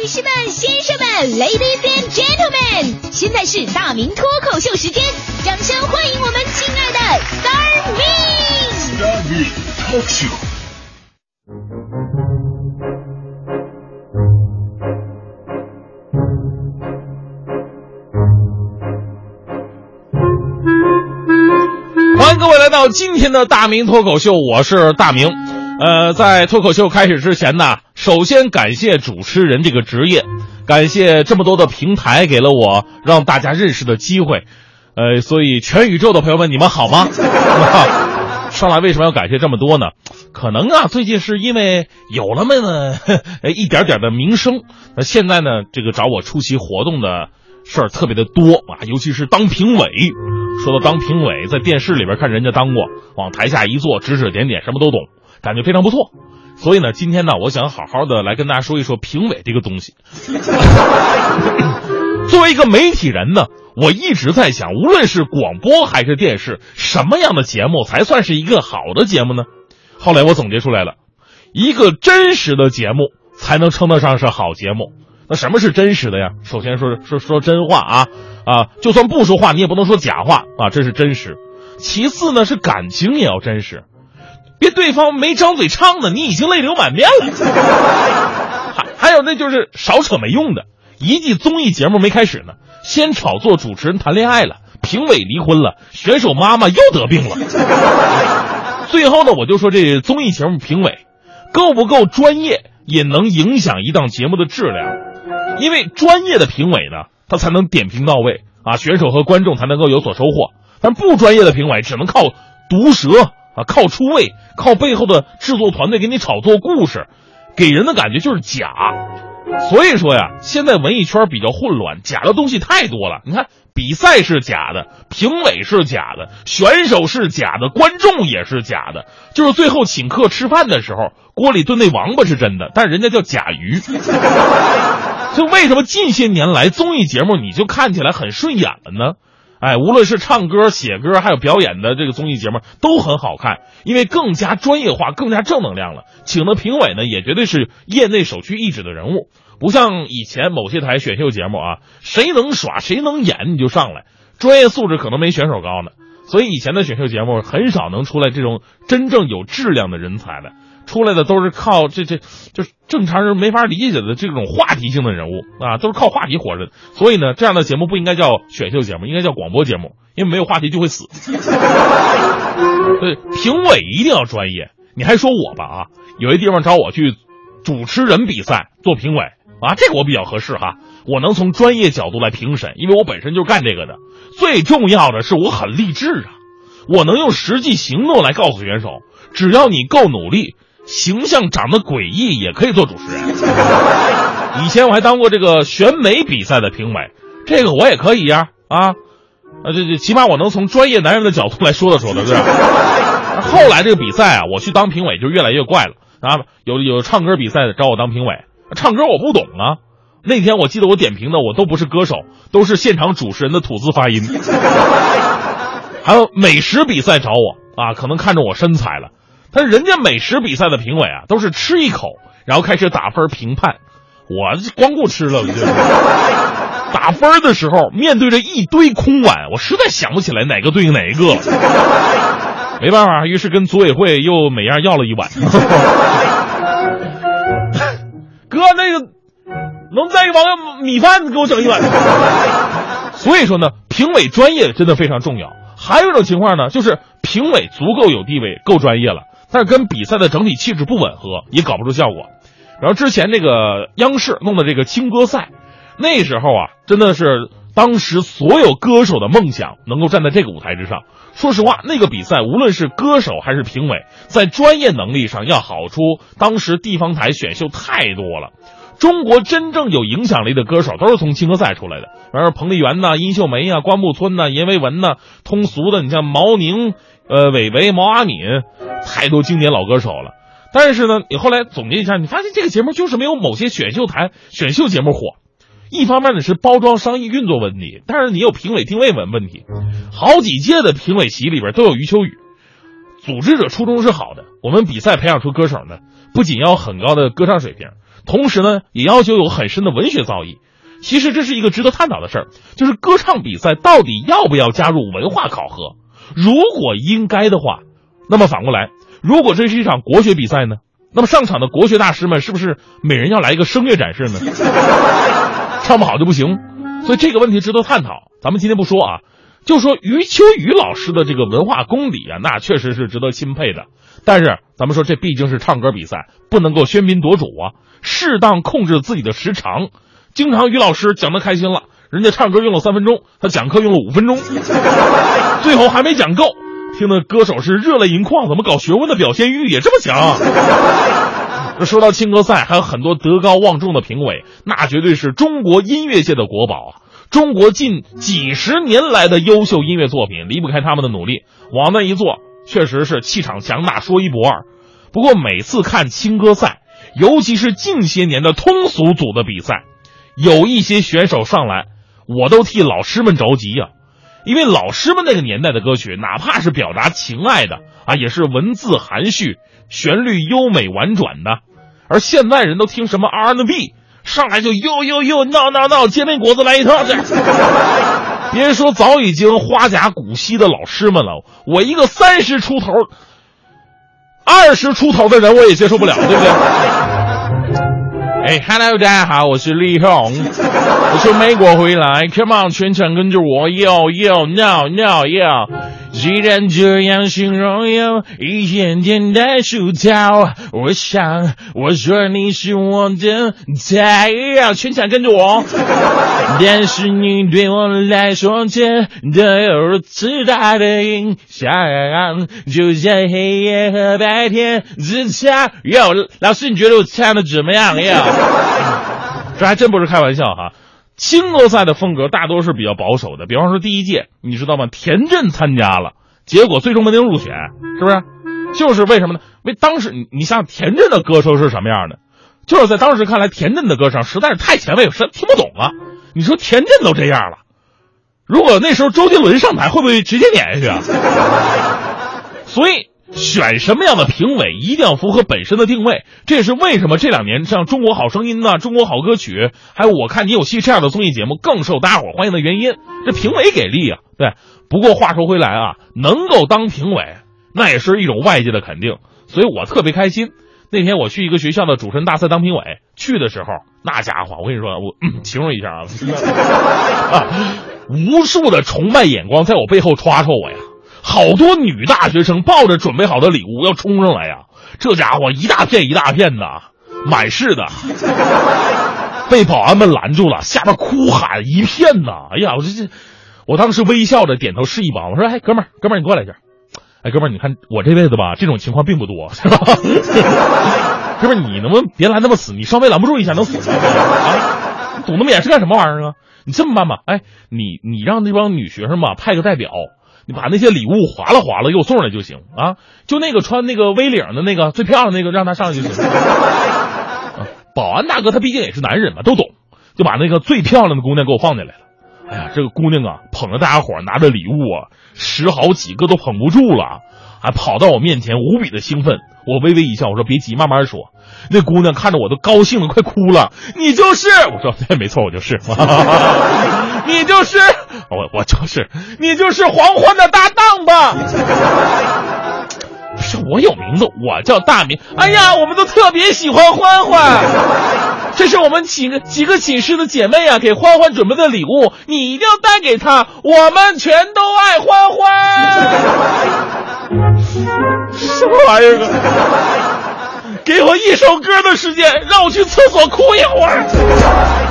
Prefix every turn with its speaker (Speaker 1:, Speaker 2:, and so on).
Speaker 1: 女士们、先生们 ，Ladies and Gentlemen， 现在是大明脱口秀时间，掌声欢迎我们亲爱的 Star Me。Star Me Talk Show。
Speaker 2: 欢迎各位来到今天的大明脱口秀，我是大明。在脱口秀开始之前呢，首先感谢主持人这个职业，感谢这么多的平台给了我让大家认识的机会。所以全宇宙的朋友们，你们好吗？上来为什么要感谢这么多呢？可能啊，最近是因为有了一点点的名声，现在呢，这个找我出席活动的事儿特别的多啊，尤其是当评委。说到当评委，在电视里边看人家当过，往台下一坐，指指点点，什么都懂，感觉非常不错。所以呢，今天呢，我想好好的来跟大家说一说评委这个东西。作为一个媒体人呢，我一直在想，无论是广播还是电视，什么样的节目才算是一个好的节目呢？后来我总结出来了，一个真实的节目才能称得上是好节目。那什么是真实的呀？首先说真话啊，就算不说话，你也不能说假话啊，这是真实。其次呢，是感情也要真实，别对方没张嘴唱呢，你已经泪流满面了。还有那就是少扯没用的，一季综艺节目没开始呢，先炒作主持人谈恋爱了，评委离婚了，选手妈妈又得病了。最后呢，我就说这综艺节目评委够不够专业，也能影响一档节目的质量。因为专业的评委呢，他才能点评到位啊，选手和观众才能够有所收获。但不专业的评委只能靠毒舌啊，靠出位，靠背后的制作团队给你炒作故事，给人的感觉就是假。所以说呀，现在文艺圈比较混乱，假的东西太多了。你看，比赛是假的，评委是假的，选手是假的，观众也是假的，就是最后请客吃饭的时候，锅里炖那王八是真的，但人家叫甲鱼。就为什么近些年来综艺节目你就看起来很顺眼了呢？无论是唱歌、写歌还有表演的这个综艺节目都很好看，因为更加专业化，更加正能量了。请的评委呢，也绝对是业内首屈一指的人物，不像以前某些台选秀节目啊，谁能耍谁能演你就上来，专业素质可能没选手高呢。所以以前的选秀节目很少能出来这种真正有质量的人才的，出来的都是靠就是正常人没法理解的这种话题性的人物啊，都是靠话题活着的。所以呢，这样的节目不应该叫选秀节目，应该叫广播节目，因为没有话题就会死。对，评委一定要专业。你还说我吧啊，有一地方找我去主持人比赛做评委啊，这个我比较合适哈，我能从专业角度来评审，因为我本身就是干这个的。最重要的是我很励志啊，我能用实际行动来告诉选手，只要你够努力，形象长得诡异也可以做主持人。以前我还当过这个选美比赛的评委，这个我也可以呀这起码我能从专业男人的角度来说的，对吧？后来这个比赛啊，我去当评委就越来越怪了啊，有唱歌比赛的找我当评委，唱歌我不懂啊。那天我记得我点评的我都不是歌手，都是现场主持人的吐字发音。还有美食比赛找我啊，可能看着我身材了，但是人家美食比赛的评委啊，都是吃一口然后开始打分评判，我光顾吃了，我就打分的时候面对着一堆空碗，我实在想不起来哪个对应哪一个了。没办法，于是跟组委会又每样要了一碗。哥，那个能再一碗米饭给我整一碗。所以说呢，评委专业真的非常重要。还有一种情况呢，就是评委足够有地位，够专业了，但是跟比赛的整体气质不吻合，也搞不出效果。然后之前这个央视弄的这个青歌赛，那时候啊，真的是当时所有歌手的梦想能够站在这个舞台之上。说实话，那个比赛无论是歌手还是评委，在专业能力上要好出当时地方台选秀太多了。中国真正有影响力的歌手都是从青歌赛出来的，然后彭丽媛呐、殷秀梅啊、关牧村呐、阎维文呐，通俗的你像毛宁、韦唯、毛阿敏，太多经典老歌手了。但是呢，你后来总结一下，你发现这个节目就是没有某些选秀台选秀节目火。一方面呢是包装商业运作问题，但是你有评委定位问题。好几届的评委席里边都有余秋雨， 组织者初衷是好的，我们比赛培养出歌手呢，不仅要有很高的歌唱水平，同时呢，也要求有很深的文学造诣。其实这是一个值得探讨的事儿，就是歌唱比赛到底要不要加入文化考核？如果应该的话，那么反过来，如果这是一场国学比赛呢？那么上场的国学大师们是不是每人要来一个声乐展示呢？唱不好就不行。所以这个问题值得探讨。咱们今天不说啊，就说余秋雨老师的这个文化功底啊，那确实是值得钦佩的。但是咱们说这毕竟是唱歌比赛，不能够喧宾夺主啊，适当控制自己的时长。经常于老师讲得开心了，人家唱歌用了3分钟，他讲课用了5分钟，最后还没讲够，听的歌手是热泪盈眶，怎么搞学问的表现欲也这么强？说到青歌赛，还有很多德高望重的评委，那绝对是中国音乐界的国宝啊！中国近几十年来的优秀音乐作品离不开他们的努力，往那一坐，确实是气场强大，说一不二。不过每次看青歌赛，尤其是近些年的通俗组的比赛，有一些选手上来，我都替老师们着急啊！因为老师们那个年代的歌曲，哪怕是表达情爱的啊，也是文字含蓄，旋律优美婉转的。而现在人都听什么 R&B， 上来就yo no 煎饼果子来一套这。别说早已经花甲骨稀的老师们了，我一个30出头、20出头的人我也接受不了，对不对？Hello， 大家好，我是李红，我从美国回来 ，Come on， 全场跟着我 ，yo no， 既然这样形容有一点点的俗套，我想我说你是我的太阳，全场跟着我。但是你对我来说真的有如此大的影响，就像黑夜和白天之差。哟，老师，你觉得我唱的怎么样呀？这还真不是开玩笑哈。青歌赛的风格大多是比较保守的，比方说第一届，你知道吗？田震参加了，结果最终没能入选，是不是？就是为什么呢？因为当时你像田震的歌声是什么样的？就是在当时看来，田震的歌声实在是太前卫，实在听不懂啊。你说田震都这样了，如果那时候周杰伦上台，会不会直接撵下去啊？所以选什么样的评委一定要符合本身的定位，这也是为什么这2年像中国好声音啊、中国好歌曲，还有我看你有戏这样的综艺节目更受大家伙欢迎的原因，这评委给力啊，对。不过话说回来啊，能够当评委那也是一种外界的肯定，所以我特别开心。那天我去一个学校的主持人大赛当评委，去的时候那家伙我跟你说，我形容一下啊，无数的崇拜眼光在我背后歘我呀，好多女大学生抱着准备好的礼物要冲上来呀，这家伙一大片一大片的满是的，被保安们拦住了，下边哭喊一片呐。哎呀，我当时微笑着点头示意吧，我说：“哎，哥们儿，你过来一下。哎，哥们儿，你看我这辈子吧，这种情况并不多，是吧？哥们儿，你能不能别拦那么死？你稍微拦不住一下能死吗？啊，你堵那么严是干什么玩意儿啊？你这么办吧，哎，你让那帮女学生吧派个代表，你把那些礼物划拉给我送上来就行啊。就那个穿那个 V 领的那个最漂亮那个，让他上去就行。保安大哥他毕竟也是男人嘛，都懂，就把那个最漂亮的姑娘给我放进来了。哎呀，这个姑娘啊，捧着大家伙拿着礼物啊，10好几个都捧不住了，还跑到我面前，无比的兴奋。我微微一笑，我说别急，慢慢说。那姑娘看着我都高兴的快哭了。你就是？我说对，没错，我就是。你就是？我就是。你就是黄欢的搭档吧？不是，我有名字，我叫大明。哎呀，我们都特别喜欢欢欢。这是我们几个寝室的姐妹啊，给欢欢准备的礼物，你一定要带给她。我们全都爱欢欢。什么玩意儿啊？给我1首歌的时间，让我去厕所哭一会儿。